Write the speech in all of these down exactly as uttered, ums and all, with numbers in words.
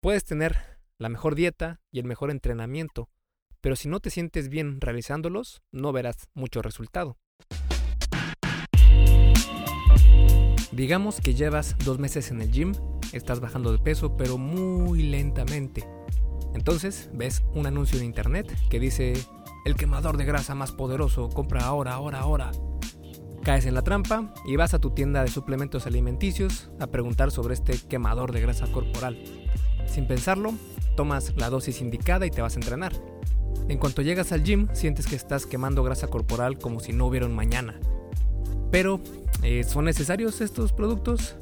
Puedes tener la mejor dieta y el mejor entrenamiento, pero si no te sientes bien realizándolos, no verás mucho resultado. Digamos que llevas dos meses en el gym, estás bajando de peso, pero muy lentamente. Entonces ves un anuncio en internet que dice: el quemador de grasa más poderoso, compra ahora, ahora, ahora. Caes en la trampa y vas a tu tienda de suplementos alimenticios a preguntar sobre este quemador de grasa corporal. Sin pensarlo, tomas la dosis indicada y te vas a entrenar. En cuanto llegas al gym, sientes que estás quemando grasa corporal como si no hubiera un mañana. Pero, eh, ¿son necesarios estos productos?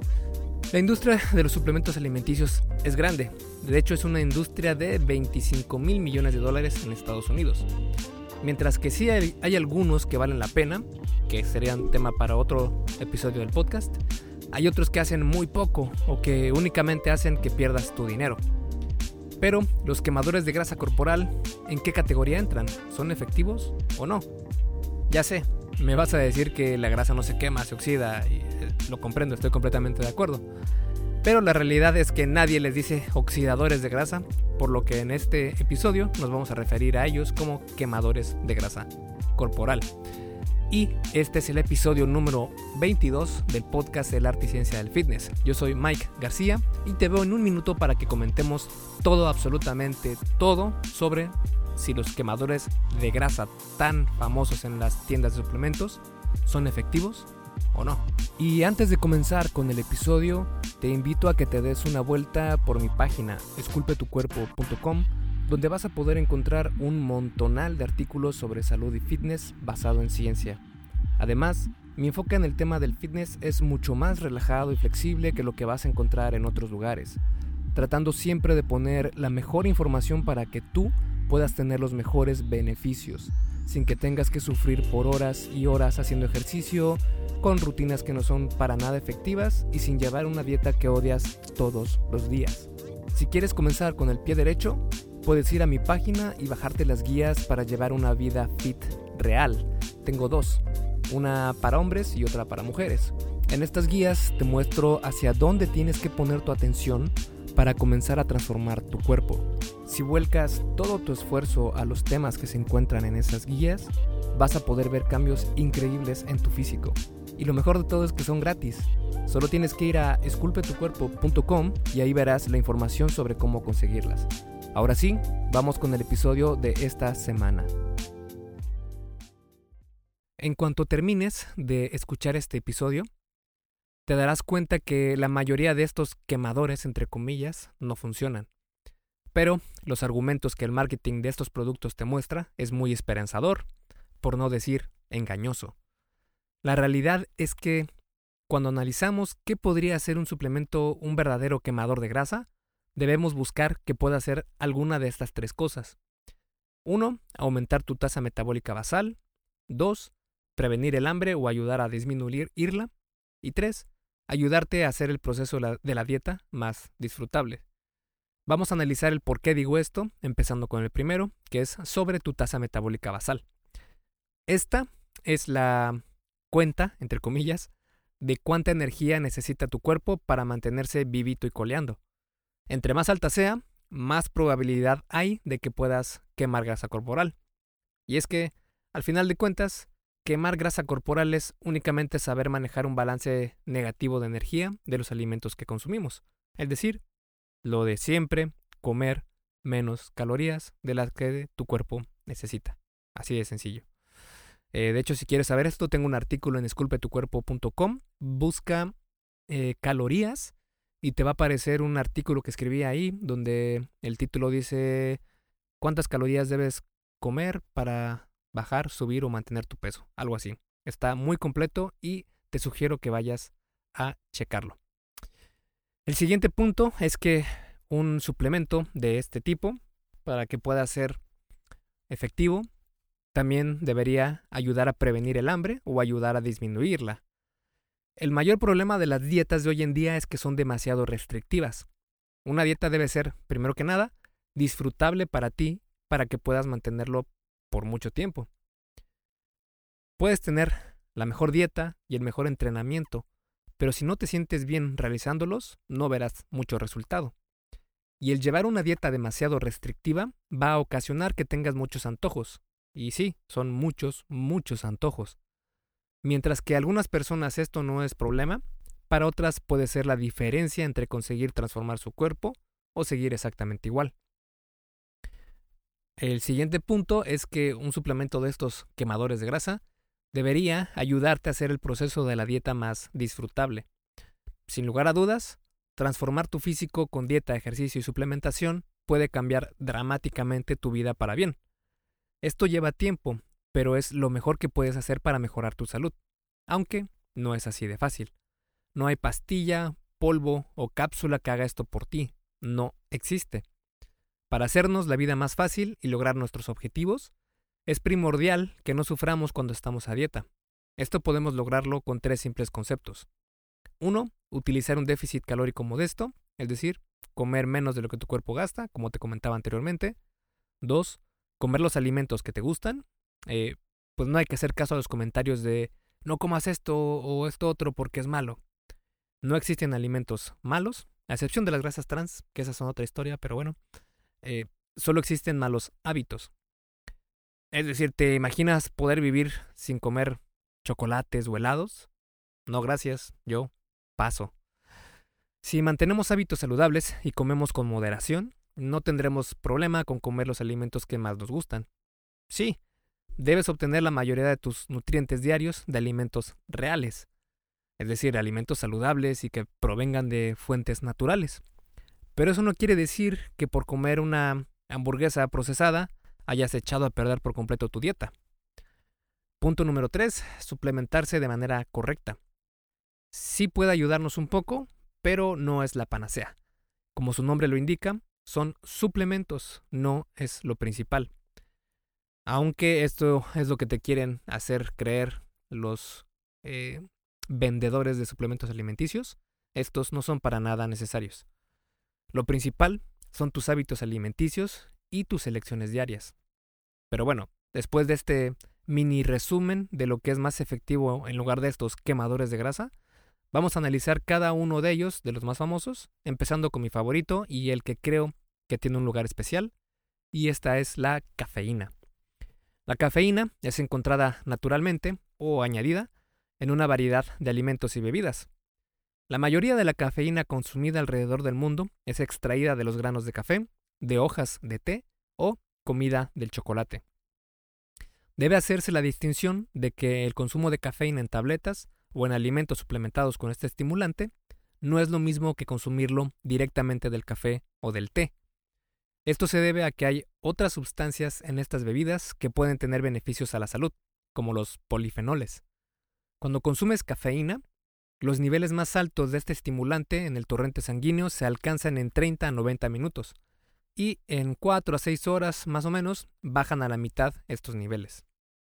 La industria de los suplementos alimenticios es grande. De hecho, es una industria de veinticinco mil millones de dólares en Estados Unidos. Mientras que sí hay, hay algunos que valen la pena, que serían tema para otro episodio del podcast, hay otros que hacen muy poco o que únicamente hacen que pierdas tu dinero. Pero los quemadores de grasa corporal, ¿en qué categoría entran? ¿Son efectivos o no? Ya sé, me vas a decir que la grasa no se quema, se oxida, y lo comprendo, estoy completamente de acuerdo. Pero la realidad es que nadie les dice oxidadores de grasa, por lo que en este episodio nos vamos a referir a ellos como quemadores de grasa corporal. Y este es el episodio número veintidós del podcast El Arte y Ciencia del Fitness. Yo soy Mike García y te veo en un minuto para que comentemos todo, absolutamente todo, sobre si los quemadores de grasa tan famosos en las tiendas de suplementos son efectivos o no. Y antes de comenzar con el episodio, te invito a que te des una vuelta por mi página esculpe tu cuerpo punto com, donde vas a poder encontrar un montonal de artículos sobre salud y fitness basado en ciencia. Además, mi enfoque en el tema del fitness es mucho más relajado y flexible que lo que vas a encontrar en otros lugares, tratando siempre de poner la mejor información para que tú puedas tener los mejores beneficios, sin que tengas que sufrir por horas y horas haciendo ejercicio, con rutinas que no son para nada efectivas y sin llevar una dieta que odias todos los días. Si quieres comenzar con el pie derecho, puedes ir a mi página y bajarte las guías para llevar una vida fit real. Tengo dos, una para hombres y otra para mujeres. En estas guías te muestro hacia dónde tienes que poner tu atención para comenzar a transformar tu cuerpo. Si vuelcas todo tu esfuerzo a los temas que se encuentran en esas guías, vas a poder ver cambios increíbles en tu físico. Y lo mejor de todo es que son gratis. Solo tienes que ir a esculpe tu cuerpo punto com y ahí verás la información sobre cómo conseguirlas. Ahora sí, vamos con el episodio de esta semana. En cuanto termines de escuchar este episodio, te darás cuenta que la mayoría de estos quemadores, entre comillas, no funcionan. Pero los argumentos que el marketing de estos productos te muestra es muy esperanzador, por no decir engañoso. La realidad es que cuando analizamos qué podría ser un suplemento un verdadero quemador de grasa, debemos buscar que pueda hacer alguna de estas tres cosas. uno. Aumentar tu tasa metabólica basal. dos. Prevenir el hambre o ayudar a disminuirla. Y tres. Ayudarte a hacer el proceso de la dieta más disfrutable. Vamos a analizar el por qué digo esto, empezando con el primero, que es sobre tu tasa metabólica basal. Esta es la cuenta, entre comillas, de cuánta energía necesita tu cuerpo para mantenerse vivito y coleando. Entre más alta sea, más probabilidad hay de que puedas quemar grasa corporal. Y es que, al final de cuentas, quemar grasa corporal es únicamente saber manejar un balance negativo de energía de los alimentos que consumimos. Es decir, lo de siempre, comer menos calorías de las que tu cuerpo necesita. Así de sencillo. Eh, de hecho, si quieres saber esto, tengo un artículo en esculpe tu cuerpo punto com. Busca eh, calorías y te va a aparecer un artículo que escribí ahí donde el título dice ¿cuántas calorías debes comer para bajar, subir o mantener tu peso? Algo así. Está muy completo y te sugiero que vayas a checarlo. El siguiente punto es que un suplemento de este tipo, para que pueda ser efectivo, también debería ayudar a prevenir el hambre o ayudar a disminuirla. El mayor problema de las dietas de hoy en día es que son demasiado restrictivas. Una dieta debe ser, primero que nada, disfrutable para ti, para que puedas mantenerlo por mucho tiempo. Puedes tener la mejor dieta y el mejor entrenamiento, pero si no te sientes bien realizándolos, no verás mucho resultado. Y el llevar una dieta demasiado restrictiva va a ocasionar que tengas muchos antojos. Y sí, son muchos, muchos antojos. Mientras que a algunas personas esto no es problema, para otras puede ser la diferencia entre conseguir transformar su cuerpo o seguir exactamente igual. El siguiente punto es que un suplemento de estos quemadores de grasa debería ayudarte a hacer el proceso de la dieta más disfrutable. Sin lugar a dudas, transformar tu físico con dieta, ejercicio y suplementación puede cambiar dramáticamente tu vida para bien. Esto lleva tiempo, pero es lo mejor que puedes hacer para mejorar tu salud, aunque no es así de fácil. No hay pastilla, polvo o cápsula que haga esto por ti, no existe. Para hacernos la vida más fácil y lograr nuestros objetivos, es primordial que no suframos cuando estamos a dieta. Esto podemos lograrlo con tres simples conceptos. Uno, utilizar un déficit calórico modesto, es decir, comer menos de lo que tu cuerpo gasta, como te comentaba anteriormente. Dos, comer los alimentos que te gustan. Eh, pues no hay que hacer caso a los comentarios de no comas esto o esto otro porque es malo. No existen alimentos malos, a excepción de las grasas trans, que esas son otra historia, pero bueno. Eh, solo existen malos hábitos. Es decir, ¿te imaginas poder vivir sin comer chocolates o helados? No, gracias, yo paso. Si mantenemos hábitos saludables y comemos con moderación, no tendremos problema con comer los alimentos que más nos gustan. Sí, debes obtener la mayoría de tus nutrientes diarios de alimentos reales, es decir, alimentos saludables y que provengan de fuentes naturales. Pero eso no quiere decir que por comer una hamburguesa procesada hayas echado a perder por completo tu dieta. Punto número tres. Suplementarse de manera correcta. Sí puede ayudarnos un poco, pero no es la panacea. Como su nombre lo indica, son suplementos, no es lo principal. Aunque esto es lo que te quieren hacer creer los eh, vendedores de suplementos alimenticios, estos no son para nada necesarios. Lo principal son tus hábitos alimenticios y tus elecciones diarias. Pero bueno, después de este mini resumen de lo que es más efectivo en lugar de estos quemadores de grasa, vamos a analizar cada uno de ellos, de los más famosos, empezando con mi favorito y el que creo que tiene un lugar especial, y esta es la cafeína. La cafeína es encontrada naturalmente o añadida en una variedad de alimentos y bebidas. La mayoría de la cafeína consumida alrededor del mundo es extraída de los granos de café, de hojas de té o comida del chocolate. Debe hacerse la distinción de que el consumo de cafeína en tabletas o en alimentos suplementados con este estimulante no es lo mismo que consumirlo directamente del café o del té. Esto se debe a que hay otras sustancias en estas bebidas que pueden tener beneficios a la salud, como los polifenoles. Cuando consumes cafeína, los niveles más altos de este estimulante en el torrente sanguíneo se alcanzan en treinta a noventa minutos y en cuatro a seis horas más o menos bajan a la mitad estos niveles.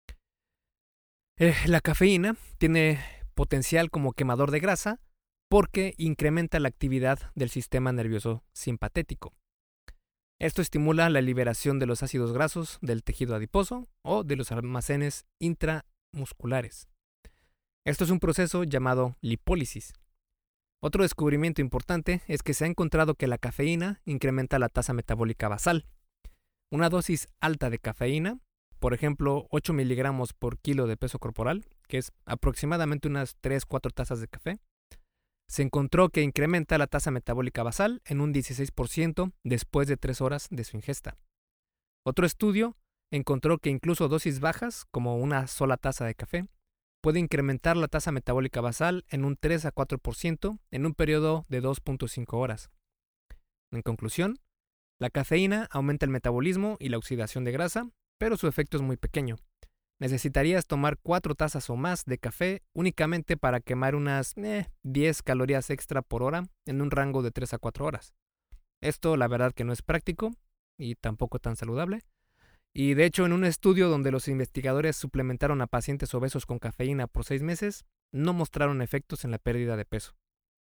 Eh, la cafeína tiene potencial como quemador de grasa porque incrementa la actividad del sistema nervioso simpatético. Esto estimula la liberación de los ácidos grasos del tejido adiposo o de los almacenes intramusculares. Esto es un proceso llamado lipólisis. Otro descubrimiento importante es que se ha encontrado que la cafeína incrementa la tasa metabólica basal. Una dosis alta de cafeína, por ejemplo ocho miligramos por kilo de peso corporal, que es aproximadamente unas tres a cuatro tazas de café, se encontró que incrementa la tasa metabólica basal en un dieciséis por ciento después de tres horas de su ingesta. Otro estudio encontró que incluso dosis bajas, como una sola taza de café, puede incrementar la tasa metabólica basal en un tres a cuatro por ciento en un periodo de dos punto cinco horas. En conclusión, la cafeína aumenta el metabolismo y la oxidación de grasa, pero su efecto es muy pequeño. Necesitarías tomar cuatro tazas o más de café únicamente para quemar unas eh, diez calorías extra por hora en un rango de tres a cuatro horas. Esto la verdad que no es práctico y tampoco tan saludable. Y de hecho, en un estudio donde los investigadores suplementaron a pacientes obesos con cafeína por seis meses, no mostraron efectos en la pérdida de peso.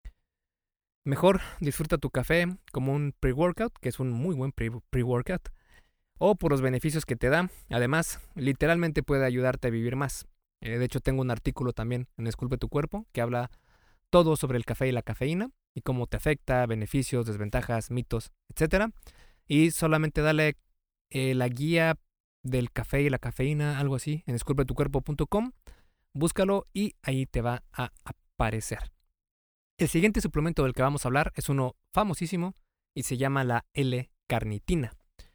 Mejor disfruta tu café como un pre-workout, que es un muy buen pre-workout, o por los beneficios que te da. Además, literalmente puede ayudarte a vivir más. Eh, de hecho, tengo un artículo también en Esculpe tu Cuerpo que habla todo sobre el café y la cafeína, y cómo te afecta, beneficios, desventajas, mitos, etcétera. Y solamente dale eh, la guía del café y la cafeína, algo así, en disculpe tu cuerpo punto com. Búscalo y ahí te va a aparecer. El siguiente suplemento del que vamos a hablar es uno famosísimo y se llama la L-carnitina.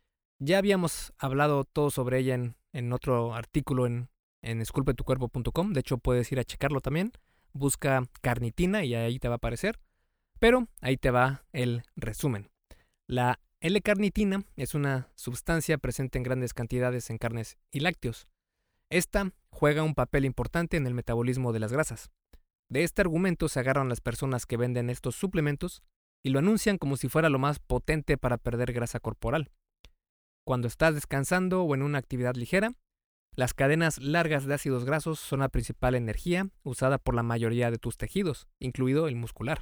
Ya habíamos hablado todo sobre ella en, en otro artículo en, en disculpe tu cuerpo punto com. De hecho, puedes ir a checarlo también. Busca carnitina y ahí te va a aparecer. Pero ahí te va el resumen. La L-carnitina es una sustancia presente en grandes cantidades en carnes y lácteos. Esta juega un papel importante en el metabolismo de las grasas. De este argumento se agarran las personas que venden estos suplementos y lo anuncian como si fuera lo más potente para perder grasa corporal. Cuando estás descansando o en una actividad ligera, las cadenas largas de ácidos grasos son la principal energía usada por la mayoría de tus tejidos, incluido el muscular.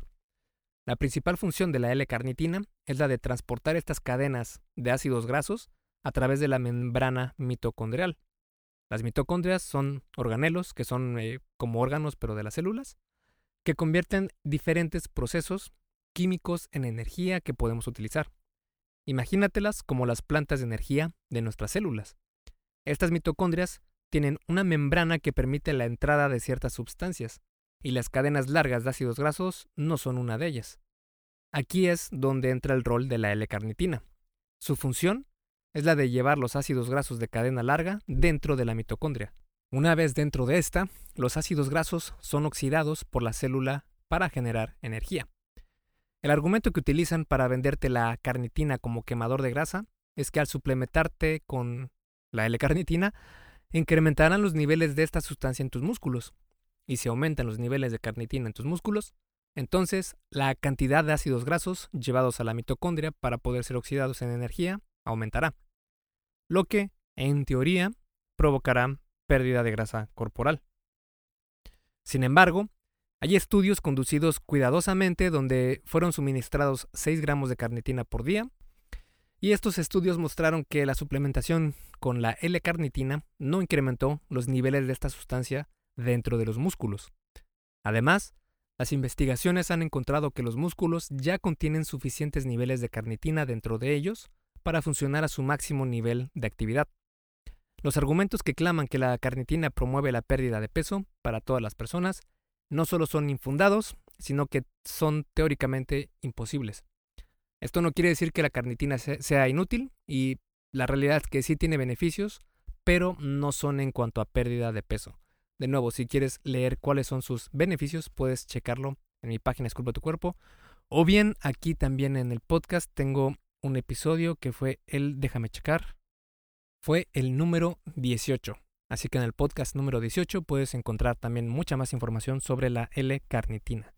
La principal función de la L-carnitina es la de transportar estas cadenas de ácidos grasos a través de la membrana mitocondrial. Las mitocondrias son organelos, que son eh, como órganos pero de las células, que convierten diferentes procesos químicos en energía que podemos utilizar. Imagínatelas como las plantas de energía de nuestras células. Estas mitocondrias tienen una membrana que permite la entrada de ciertas sustancias, y las cadenas largas de ácidos grasos no son una de ellas. Aquí es donde entra el rol de la L-carnitina. Su función es la de llevar los ácidos grasos de cadena larga dentro de la mitocondria. Una vez dentro de esta, los ácidos grasos son oxidados por la célula para generar energía. El argumento que utilizan para venderte la carnitina como quemador de grasa es que al suplementarte con la L-carnitina, incrementarán los niveles de esta sustancia en tus músculos. Y si aumentan los niveles de carnitina en tus músculos, entonces la cantidad de ácidos grasos llevados a la mitocondria para poder ser oxidados en energía aumentará, lo que, en teoría, provocará pérdida de grasa corporal. Sin embargo, hay estudios conducidos cuidadosamente donde fueron suministrados seis gramos de carnitina por día, y estos estudios mostraron que la suplementación con la L-carnitina no incrementó los niveles de esta sustancia dentro de los músculos. Además, las investigaciones han encontrado que los músculos ya contienen suficientes niveles de carnitina dentro de ellos para funcionar a su máximo nivel de actividad. Los argumentos que claman que la carnitina promueve la pérdida de peso para todas las personas no solo son infundados, sino que son teóricamente imposibles. Esto no quiere decir que la carnitina sea inútil, y la realidad es que sí tiene beneficios, pero no son en cuanto a pérdida de peso. De nuevo, si quieres leer cuáles son sus beneficios, puedes checarlo en mi página Disculpa tu Cuerpo. O bien, aquí también en el podcast tengo un episodio que fue el, déjame checar, fue el número dieciocho. Así que en el podcast número dieciocho puedes encontrar también mucha más información sobre la L-carnitina.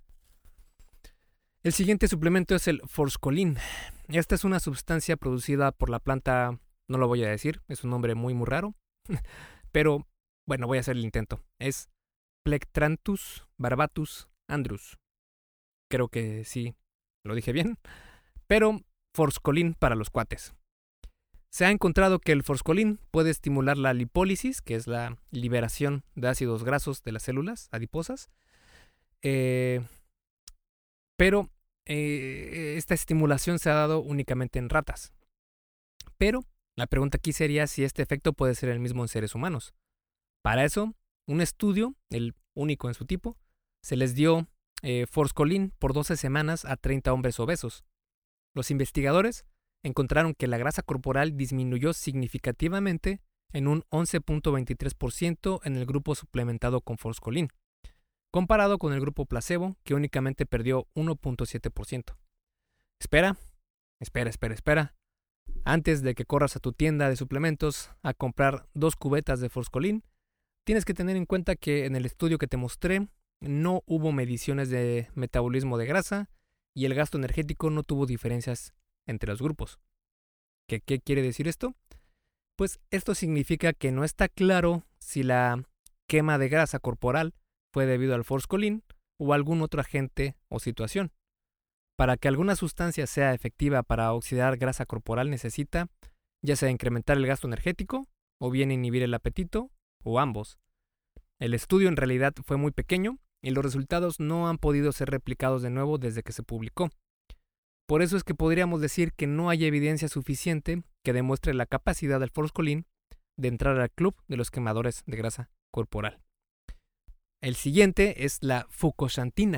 El siguiente suplemento es el Forskolin. Esta es una sustancia producida por la planta, no lo voy a decir, es un nombre muy muy raro, pero bueno, voy a hacer el intento. Es Plectranthus barbatus andrus. Creo que sí, lo dije bien. Pero Forskolin para los cuates. Se ha encontrado que el Forskolin puede estimular la lipólisis, que es la liberación de ácidos grasos de las células adiposas. Eh, pero eh, esta estimulación se ha dado únicamente en ratas. Pero la pregunta aquí sería si este efecto puede ser el mismo en seres humanos. Para eso, un estudio, el único en su tipo, se les dio eh, Forskolin por doce semanas a treinta hombres obesos. Los investigadores encontraron que la grasa corporal disminuyó significativamente en un once punto veintitrés por ciento en el grupo suplementado con Forskolin, comparado con el grupo placebo, que únicamente perdió uno punto siete por ciento. Espera, espera, espera, espera. Antes de que corras a tu tienda de suplementos a comprar dos cubetas de Forskolin, tienes que tener en cuenta que en el estudio que te mostré no hubo mediciones de metabolismo de grasa y el gasto energético no tuvo diferencias entre los grupos. ¿Qué, qué quiere decir esto? Pues esto significa que no está claro si la quema de grasa corporal fue debido al Forskolin o a algún otro agente o situación. Para que alguna sustancia sea efectiva para oxidar grasa corporal necesita ya sea incrementar el gasto energético o bien inhibir el apetito o ambos. El estudio en realidad fue muy pequeño y los resultados no han podido ser replicados de nuevo desde que se publicó. Por eso es que podríamos decir que no hay evidencia suficiente que demuestre la capacidad del forskolin de entrar al club de los quemadores de grasa corporal. El siguiente es la fucoxantina.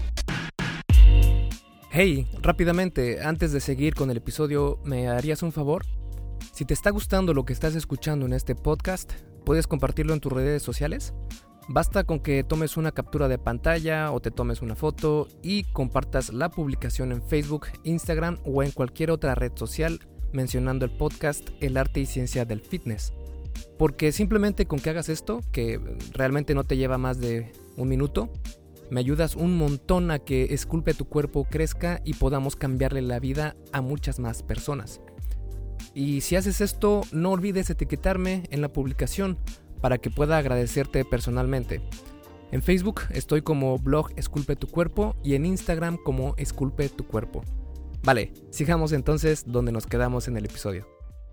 Hey, rápidamente, antes de seguir con el episodio, ¿me harías un favor? Si te está gustando lo que estás escuchando en este podcast, ¿puedes compartirlo en tus redes sociales? Basta con que tomes una captura de pantalla o te tomes una foto y compartas la publicación en Facebook, Instagram o en cualquier otra red social mencionando el podcast El Arte y Ciencia del Fitness. Porque simplemente con que hagas esto, que realmente no te lleva más de un minuto, me ayudas un montón a que Esculpe tu Cuerpo crezca y podamos cambiarle la vida a muchas más personas. Y si haces esto, no olvides etiquetarme en la publicación para que pueda agradecerte personalmente. En Facebook estoy como blog Esculpe tu Cuerpo y en Instagram como Esculpe tu Cuerpo. Vale, sigamos entonces donde nos quedamos en el episodio.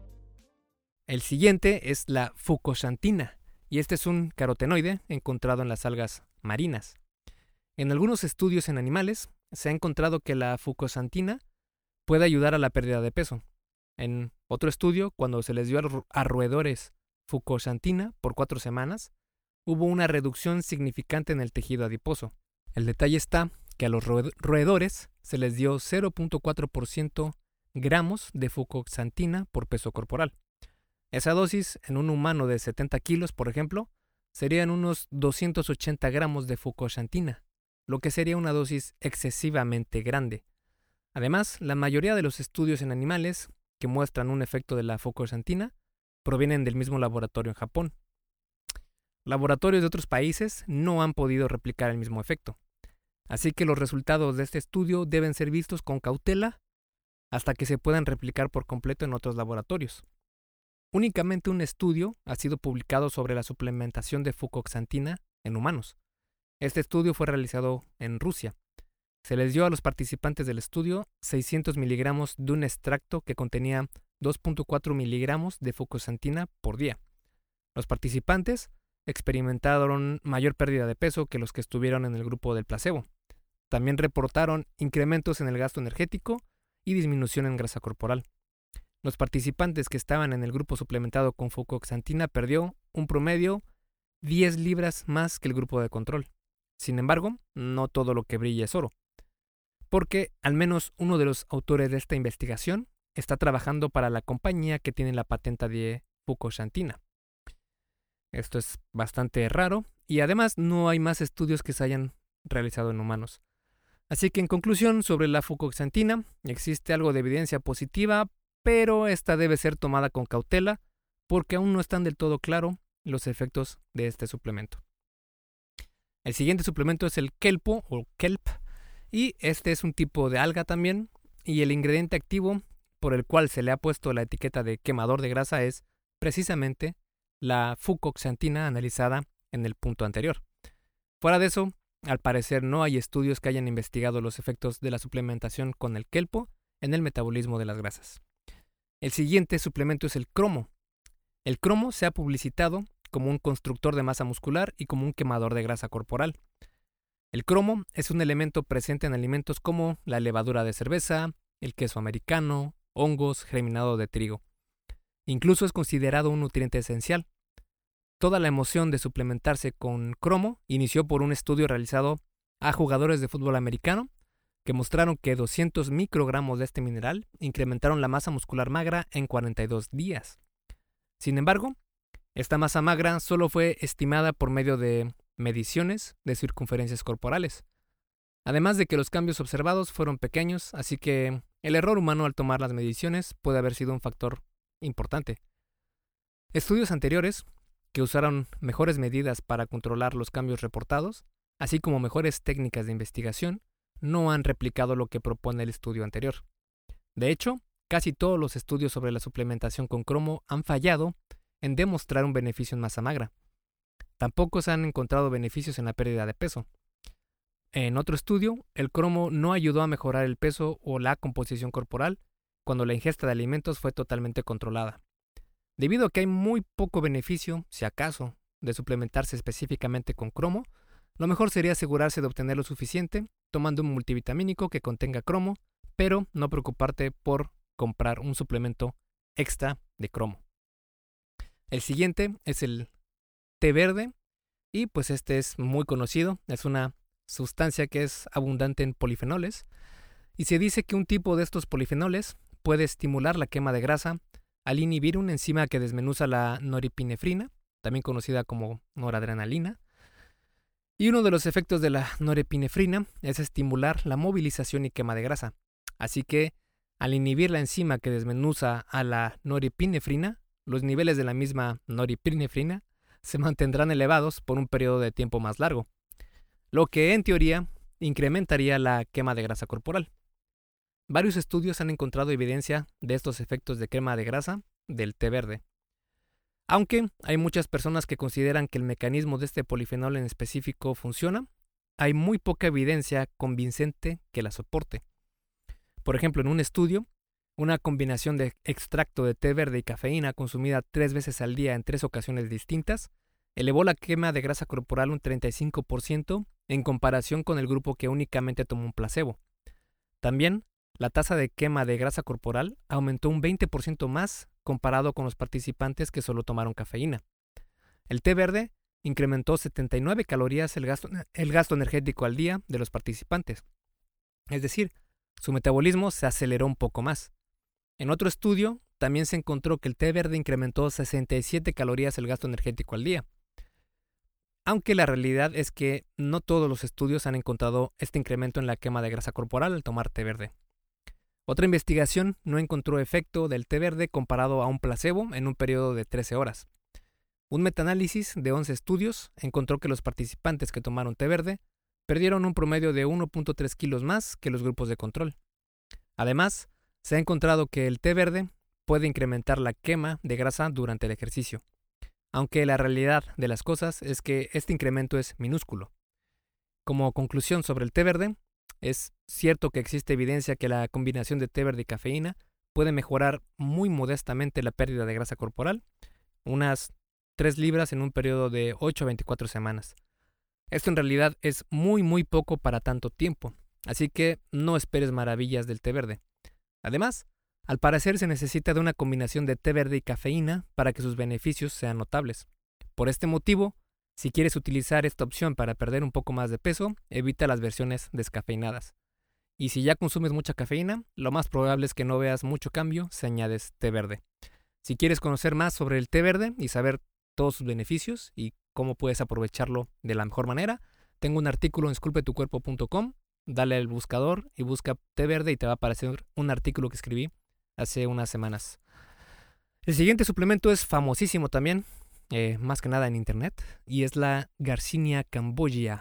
El siguiente es la fucoxantina, y este es un carotenoide encontrado en las algas marinas. En algunos estudios en animales se ha encontrado que la fucoxantina puede ayudar a la pérdida de peso. En otro estudio, cuando se les dio a roedores fucoxantina por cuatro semanas, hubo una reducción significante en el tejido adiposo. El detalle está que a los roedores se les dio cero punto cuatro por ciento gramos de fucoxantina por peso corporal. Esa dosis en un humano de setenta kilos, por ejemplo, serían unos doscientos ochenta gramos de fucoxantina, lo que sería una dosis excesivamente grande. Además, la mayoría de los estudios en animales que muestran un efecto de la fucoxantina provienen del mismo laboratorio en Japón. Laboratorios de otros países no han podido replicar el mismo efecto, así que los resultados de este estudio deben ser vistos con cautela hasta que se puedan replicar por completo en otros laboratorios. Únicamente un estudio ha sido publicado sobre la suplementación de fucoxantina en humanos. Este estudio fue realizado en Rusia. Se les dio a los participantes del estudio seiscientos miligramos de un extracto que contenía dos punto cuatro miligramos de fucoxantina por día. Los participantes experimentaron mayor pérdida de peso que los que estuvieron en el grupo del placebo. También reportaron incrementos en el gasto energético y disminución en grasa corporal. Los participantes que estaban en el grupo suplementado con fucoxantina perdió un promedio diez libras más que el grupo de control. Sin embargo, no todo lo que brilla es oro, porque al menos uno de los autores de esta investigación está trabajando para la compañía que tiene la patente de fucoxantina. Esto es bastante raro y además no hay más estudios que se hayan realizado en humanos. Así que en conclusión, sobre la fucoxantina existe algo de evidencia positiva, pero esta debe ser tomada con cautela porque aún no están del todo claros los efectos de este suplemento. El siguiente suplemento es el kelpo o kelp, y este es un tipo de alga también, y el ingrediente activo por el cual se le ha puesto la etiqueta de quemador de grasa es precisamente la fucoxantina analizada en el punto anterior. Fuera de eso, al parecer no hay estudios que hayan investigado los efectos de la suplementación con el kelpo en el metabolismo de las grasas. El siguiente suplemento es el cromo. El cromo se ha publicitado como un constructor de masa muscular y como un quemador de grasa corporal. El cromo es un elemento presente en alimentos como la levadura de cerveza, el queso americano, hongos, germinado de trigo. Incluso es considerado un nutriente esencial. Toda la emoción de suplementarse con cromo inició por un estudio realizado a jugadores de fútbol americano que mostraron que doscientos microgramos de este mineral incrementaron la masa muscular magra en cuarenta y dos días. Sin embargo, esta masa magra solo fue estimada por medio de mediciones de circunferencias corporales. Además de que los cambios observados fueron pequeños, así que el error humano al tomar las mediciones puede haber sido un factor importante. Estudios anteriores, que usaron mejores medidas para controlar los cambios reportados, así como mejores técnicas de investigación, no han replicado lo que propone el estudio anterior. De hecho, casi todos los estudios sobre la suplementación con cromo han fallado en demostrar un beneficio en masa magra. Tampoco se han encontrado beneficios en la pérdida de peso. En otro estudio, el cromo no ayudó a mejorar el peso o la composición corporal cuando la ingesta de alimentos fue totalmente controlada. Debido a que hay muy poco beneficio, si acaso, de suplementarse específicamente con cromo, Lo mejor sería asegurarse de obtener lo suficiente tomando un multivitamínico que contenga cromo, pero no preocuparte por comprar un suplemento extra de cromo. El siguiente es el té verde y pues este es muy conocido, es una sustancia que es abundante en polifenoles y se dice que un tipo de estos polifenoles puede estimular la quema de grasa al inhibir una enzima que desmenuza la norepinefrina, también conocida como noradrenalina. Y uno de los efectos de la norepinefrina es estimular la movilización y quema de grasa. Así que, al inhibir la enzima que desmenuza a la norepinefrina, los niveles de la misma norepinefrina se mantendrán elevados por un periodo de tiempo más largo, lo que en teoría incrementaría la quema de grasa corporal. Varios estudios han encontrado evidencia de estos efectos de quema de grasa del té verde. Aunque hay muchas personas que consideran que el mecanismo de este polifenol en específico funciona, hay muy poca evidencia convincente que la soporte. Por ejemplo, en un estudio, una combinación de extracto de té verde y cafeína consumida tres veces al día en tres ocasiones distintas elevó la quema de grasa corporal un treinta y cinco por ciento en comparación con el grupo que únicamente tomó un placebo. También, la tasa de quema de grasa corporal aumentó un veinte por ciento más comparado con los participantes que solo tomaron cafeína. El té verde incrementó setenta y nueve calorías el gasto, el gasto energético al día de los participantes. Es decir, su metabolismo se aceleró un poco más. En otro estudio, también se encontró que el té verde incrementó sesenta y siete calorías el gasto energético al día. Aunque la realidad es que no todos los estudios han encontrado este incremento en la quema de grasa corporal al tomar té verde. Otra investigación no encontró efecto del té verde comparado a un placebo en un periodo de trece horas. Un metaanálisis de once estudios encontró que los participantes que tomaron té verde perdieron un promedio de uno punto tres kilos más que los grupos de control. Además, se ha encontrado que el té verde puede incrementar la quema de grasa durante el ejercicio, aunque la realidad de las cosas es que este incremento es minúsculo. Como conclusión sobre el té verde, es cierto que existe evidencia que la combinación de té verde y cafeína puede mejorar muy modestamente la pérdida de grasa corporal, unas tres libras en un periodo de ocho a veinticuatro semanas. Esto en realidad es muy muy poco para tanto tiempo, así que no esperes maravillas del té verde. Además, al parecer se necesita de una combinación de té verde y cafeína para que sus beneficios sean notables. Por este motivo, si quieres utilizar esta opción para perder un poco más de peso, evita las versiones descafeinadas. Y si ya consumes mucha cafeína, lo más probable es que no veas mucho cambio si añades té verde. Si quieres conocer más sobre el té verde y saber todos sus beneficios y cómo puedes aprovecharlo de la mejor manera, tengo un artículo en esculpe tu cuerpo punto com, dale al buscador y busca té verde y te va a aparecer un artículo que escribí hace unas semanas. El siguiente suplemento es famosísimo también, eh, más que nada en internet, y es la Garcinia cambogia.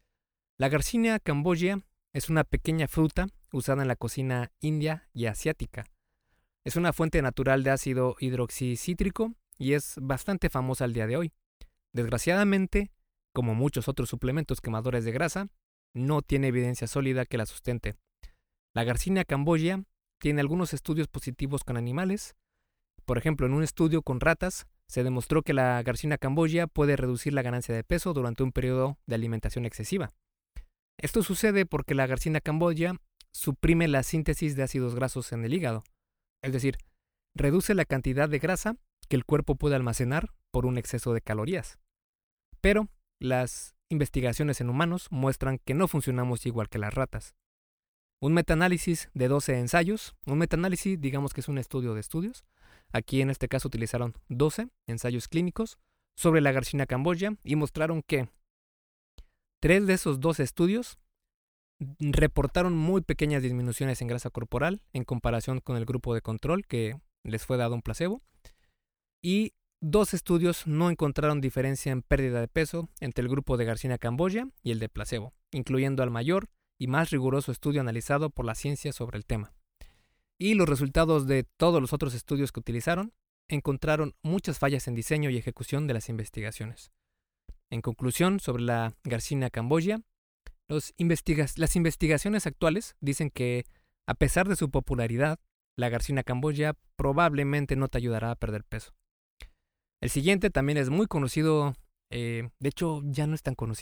La Garcinia cambogia es una pequeña fruta usada en la cocina india y asiática. Es una fuente natural de ácido hidroxicítrico y es bastante famosa al día de hoy. Desgraciadamente, como muchos otros suplementos quemadores de grasa, no tiene evidencia sólida que la sustente. La Garcinia cambogia tiene algunos estudios positivos con animales. Por ejemplo, en un estudio con ratas, se demostró que la Garcinia cambogia puede reducir la ganancia de peso durante un periodo de alimentación excesiva. Esto sucede porque la Garcinia cambogia suprime la síntesis de ácidos grasos en el hígado, es decir, reduce la cantidad de grasa que el cuerpo puede almacenar por un exceso de calorías. Pero las investigaciones en humanos muestran que no funcionamos igual que las ratas. Un metaanálisis de doce ensayos, un metaanálisis digamos que es un estudio de estudios, aquí en este caso utilizaron doce ensayos clínicos sobre la Garcinia cambogia y mostraron que tres de esos doce estudios reportaron muy pequeñas disminuciones en grasa corporal en comparación con el grupo de control que les fue dado un placebo, y dos estudios no encontraron diferencia en pérdida de peso entre el grupo de Garcinia cambogia y el de placebo, incluyendo al mayor y más riguroso estudio analizado por la ciencia sobre el tema. Y los resultados de todos los otros estudios que utilizaron encontraron muchas fallas en diseño y ejecución de las investigaciones. En conclusión, sobre la Garcinia cambogia, los investiga- las investigaciones actuales dicen que, a pesar de su popularidad, la Garcinia cambogia probablemente no te ayudará a perder peso. El siguiente también es muy conocido, eh, de hecho ya no es tan conocido,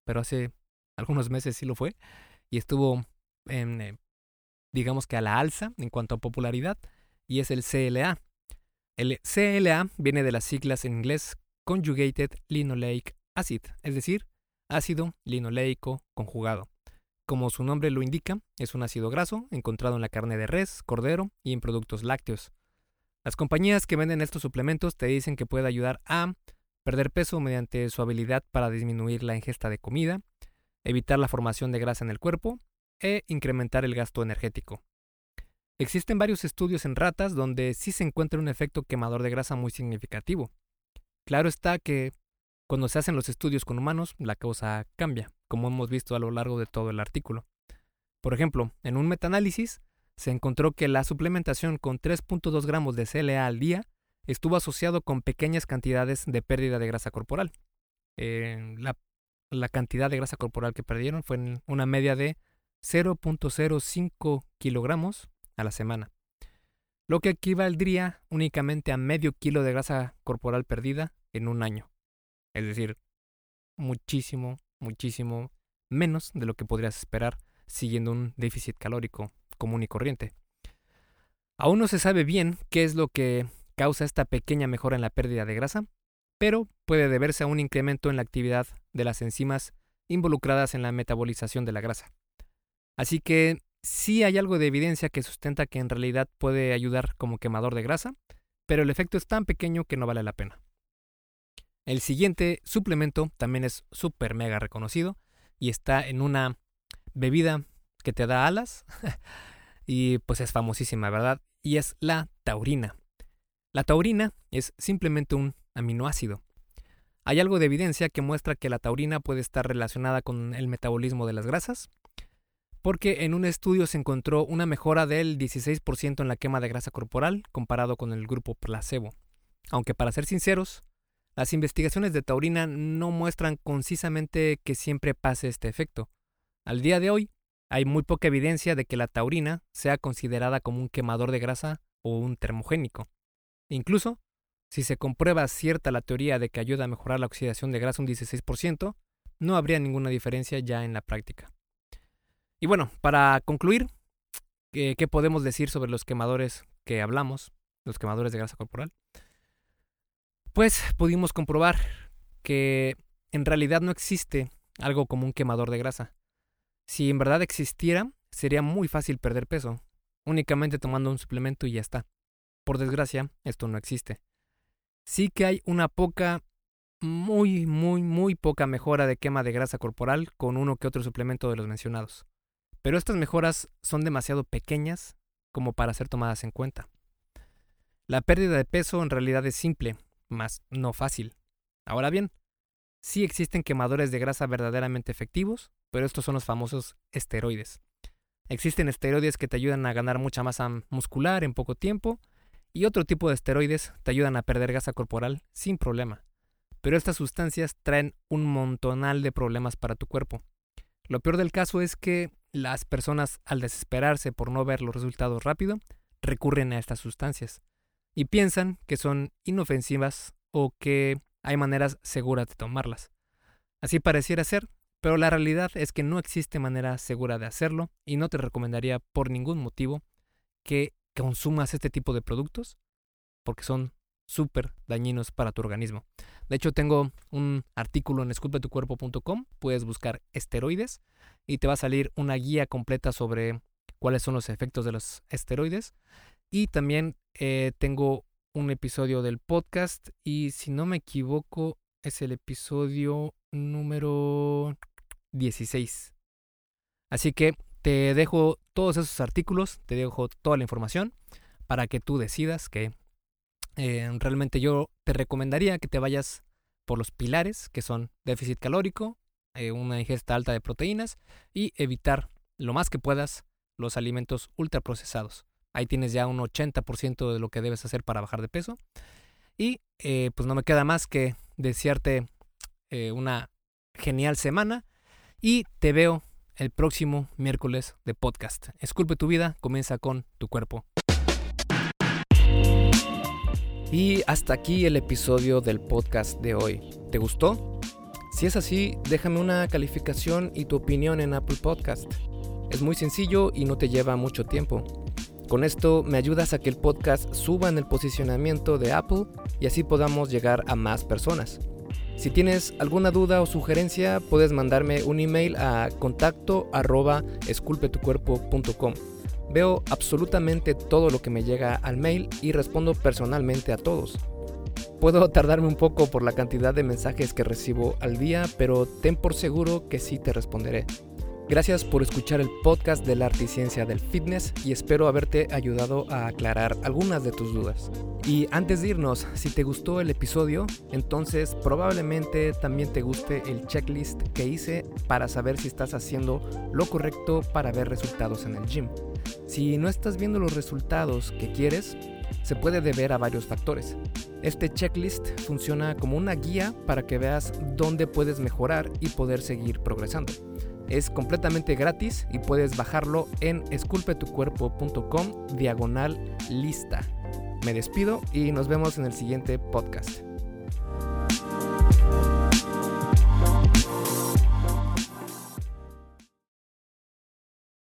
pero hace algunos meses sí lo fue. Y estuvo, en, eh, digamos que a la alza en cuanto a popularidad. Y es el C L A. El C L A viene de las siglas en inglés Conjugated Linoleic Acid, es decir, ácido linoleico conjugado. Como su nombre lo indica, es un ácido graso encontrado en la carne de res, cordero y en productos lácteos. Las compañías que venden estos suplementos te dicen que puede ayudar a perder peso mediante su habilidad para disminuir la ingesta de comida, evitar la formación de grasa en el cuerpo e incrementar el gasto energético. Existen varios estudios en ratas donde sí se encuentra un efecto quemador de grasa muy significativo. Claro está que cuando se hacen los estudios con humanos, la cosa cambia, como hemos visto a lo largo de todo el artículo. Por ejemplo, en un metaanálisis se encontró que la suplementación con tres punto dos gramos de C L A al día estuvo asociado con pequeñas cantidades de pérdida de grasa corporal. Eh, la, la cantidad de grasa corporal que perdieron fue en una media de cero punto cero cinco kilogramos a la semana, lo que equivaldría únicamente a medio kilo de grasa corporal perdida en un año. Es decir, muchísimo, muchísimo menos de lo que podrías esperar siguiendo un déficit calórico común y corriente. Aún no se sabe bien qué es lo que causa esta pequeña mejora en la pérdida de grasa, pero puede deberse a un incremento en la actividad de las enzimas involucradas en la metabolización de la grasa. Así que sí hay algo de evidencia que sustenta que en realidad puede ayudar como quemador de grasa, pero el efecto es tan pequeño que no vale la pena. El siguiente suplemento también es súper mega reconocido y está en una bebida que te da alas y pues es famosísima, ¿verdad? Y es la taurina. La taurina es simplemente un aminoácido. Hay algo de evidencia que muestra que la taurina puede estar relacionada con el metabolismo de las grasas, porque en un estudio se encontró una mejora del dieciséis por ciento en la quema de grasa corporal comparado con el grupo placebo. Aunque para ser sinceros, las investigaciones de taurina no muestran concisamente que siempre pase este efecto. Al día de hoy, hay muy poca evidencia de que la taurina sea considerada como un quemador de grasa o un termogénico. Incluso, si se comprueba cierta la teoría de que ayuda a mejorar la oxidación de grasa un dieciséis por ciento, no habría ninguna diferencia ya en la práctica. Y bueno, para concluir, ¿qué, qué podemos decir sobre los quemadores que hablamos, los quemadores de grasa corporal? Pues pudimos comprobar que en realidad no existe algo como un quemador de grasa. Si en verdad existiera, sería muy fácil perder peso, únicamente tomando un suplemento y ya está. Por desgracia, esto no existe. Sí que hay una poca, muy, muy, muy poca mejora de quema de grasa corporal con uno que otro suplemento de los mencionados. Pero estas mejoras son demasiado pequeñas como para ser tomadas en cuenta. La pérdida de peso en realidad es simple, más no fácil. Ahora bien, sí existen quemadores de grasa verdaderamente efectivos, pero estos son los famosos esteroides. Existen esteroides que te ayudan a ganar mucha masa muscular en poco tiempo y otro tipo de esteroides te ayudan a perder grasa corporal sin problema. Pero estas sustancias traen un montonal de problemas para tu cuerpo. Lo peor del caso es que las personas, al desesperarse por no ver los resultados rápido, recurren a estas sustancias y piensan que son inofensivas o que hay maneras seguras de tomarlas. Así pareciera ser, pero la realidad es que no existe manera segura de hacerlo y no te recomendaría por ningún motivo que consumas este tipo de productos porque son súper dañinos para tu organismo. De hecho, tengo un artículo en esculpe tu cuerpo punto com, puedes buscar esteroides y te va a salir una guía completa sobre cuáles son los efectos de los esteroides. Y también eh, tengo un episodio del podcast y si no me equivoco es el episodio número dieciséis. Así que te dejo todos esos artículos, te dejo toda la información para que tú decidas que eh, realmente yo te recomendaría que te vayas por los pilares que son déficit calórico, eh, una ingesta alta de proteínas y evitar lo más que puedas los alimentos ultraprocesados. Ahí tienes ya un ochenta por ciento de lo que debes hacer para bajar de peso. Y eh, pues no me queda más que desearte eh, una genial semana. Y te veo el próximo miércoles de podcast. Esculpe tu vida, comienza con tu cuerpo. Y hasta aquí el episodio del podcast de hoy. ¿Te gustó? Si es así, déjame una calificación y tu opinión en Apple Podcast. Es muy sencillo y no te lleva mucho tiempo. Con esto me ayudas a que el podcast suba en el posicionamiento de Apple y así podamos llegar a más personas. Si tienes alguna duda o sugerencia, puedes mandarme un email a contacto arroba esculpetucuerpo punto com. Veo absolutamente todo lo que me llega al mail y respondo personalmente a todos. Puedo tardarme un poco por la cantidad de mensajes que recibo al día, pero ten por seguro que sí te responderé. Gracias por escuchar el podcast del arte y ciencia del fitness y espero haberte ayudado a aclarar algunas de tus dudas. Y antes de irnos, si te gustó el episodio, entonces probablemente también te guste el checklist que hice para saber si estás haciendo lo correcto para ver resultados en el gym. Si no estás viendo los resultados que quieres, se puede deber a varios factores. Este checklist funciona como una guía para que veas dónde puedes mejorar y poder seguir progresando. Es completamente gratis y puedes bajarlo en esculpetucuerpo punto com diagonal lista. Me despido y nos vemos en el siguiente podcast.